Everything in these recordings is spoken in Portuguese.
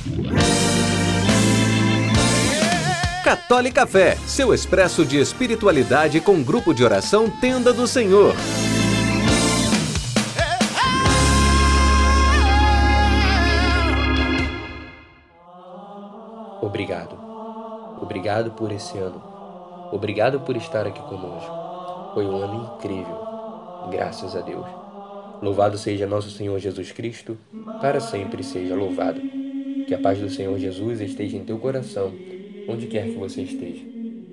Católica Fé, seu expresso de espiritualidade com grupo de oração Tenda do Senhor. Obrigado. Obrigado por esse ano. Obrigado por estar aqui conosco. Foi um ano incrível. Graças a Deus. Louvado seja nosso Senhor Jesus Cristo, para sempre seja louvado. Que a paz do Senhor Jesus esteja em teu coração, onde quer que você esteja.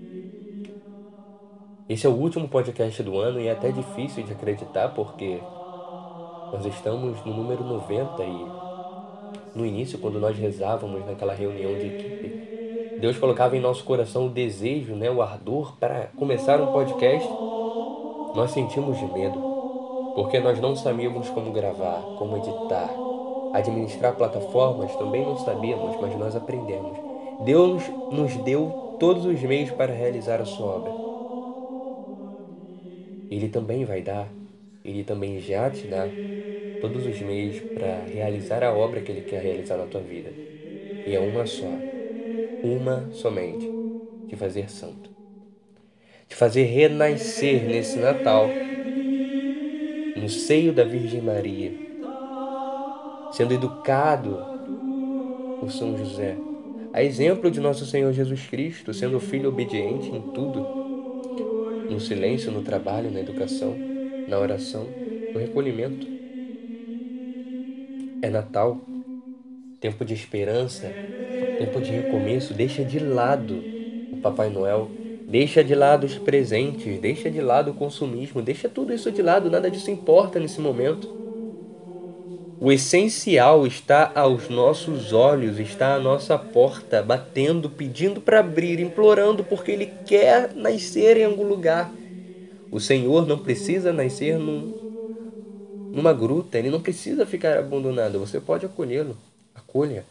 Esse é o último podcast do ano e é até difícil de acreditar porque nós estamos no número 90 e no início, quando nós rezávamos naquela reunião de equipe, Deus colocava em nosso coração o desejo, o ardor para começar um podcast. Nós sentimos medo, porque nós não sabíamos como gravar, como editar, administrar plataformas, também não sabíamos, mas nós aprendemos. Deus nos deu todos os meios para realizar a sua obra. Ele também vai dar, Ele também já te dá todos os meios para realizar a obra que Ele quer realizar na tua vida. E é uma só, uma somente, te fazer santo. Te fazer renascer nesse Natal, no seio da Virgem Maria, sendo educado por São José, a exemplo de nosso Senhor Jesus Cristo, sendo filho obediente em tudo, no silêncio, no trabalho, na educação, na oração, no recolhimento. É Natal, tempo de esperança, tempo de recomeço. Deixa de lado o Papai Noel, deixa de lado os presentes, deixa de lado o consumismo, deixa tudo isso de lado, nada disso importa nesse momento. O essencial está aos nossos olhos, está à nossa porta, batendo, pedindo para abrir, implorando, porque Ele quer nascer em algum lugar. O Senhor não precisa nascer numa gruta, Ele não precisa ficar abandonado, você pode acolhê-lo. Acolha.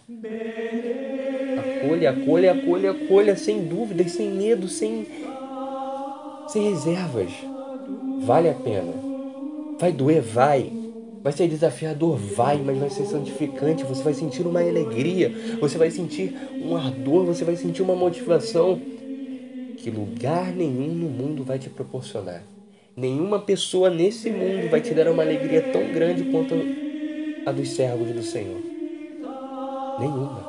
Acolha, sem dúvidas, sem medo, sem reservas. Vale a pena. Vai doer, vai. Vai ser desafiador, vai, mas vai ser santificante. Você vai sentir uma alegria, você vai sentir um ardor, você vai sentir uma motivação que lugar nenhum no mundo vai te proporcionar. Nenhuma pessoa nesse mundo vai te dar uma alegria tão grande quanto a dos servos do Senhor. Nenhuma.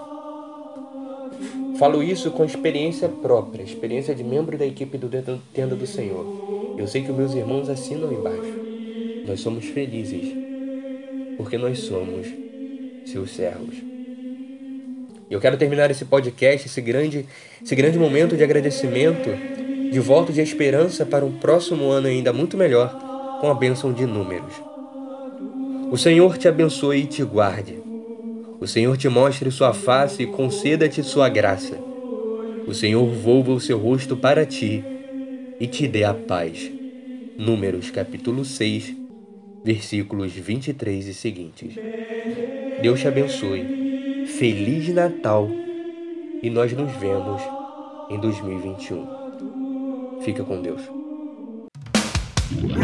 Falo isso com experiência própria, experiência de membro da equipe do Tenda do Senhor. Eu sei que os meus irmãos assinam embaixo. Nós somos felizes, porque nós somos seus servos. E eu quero terminar esse podcast, esse grande momento de agradecimento, de voto de esperança para um próximo ano ainda muito melhor, com a bênção de números. O Senhor te abençoe e te guarde. O Senhor te mostre sua face e conceda-te sua graça. O Senhor volva o seu rosto para ti e te dê a paz. Números capítulo 6, versículos 23 e seguintes. Deus te abençoe. Feliz Natal e nós nos vemos em 2021. Fica com Deus.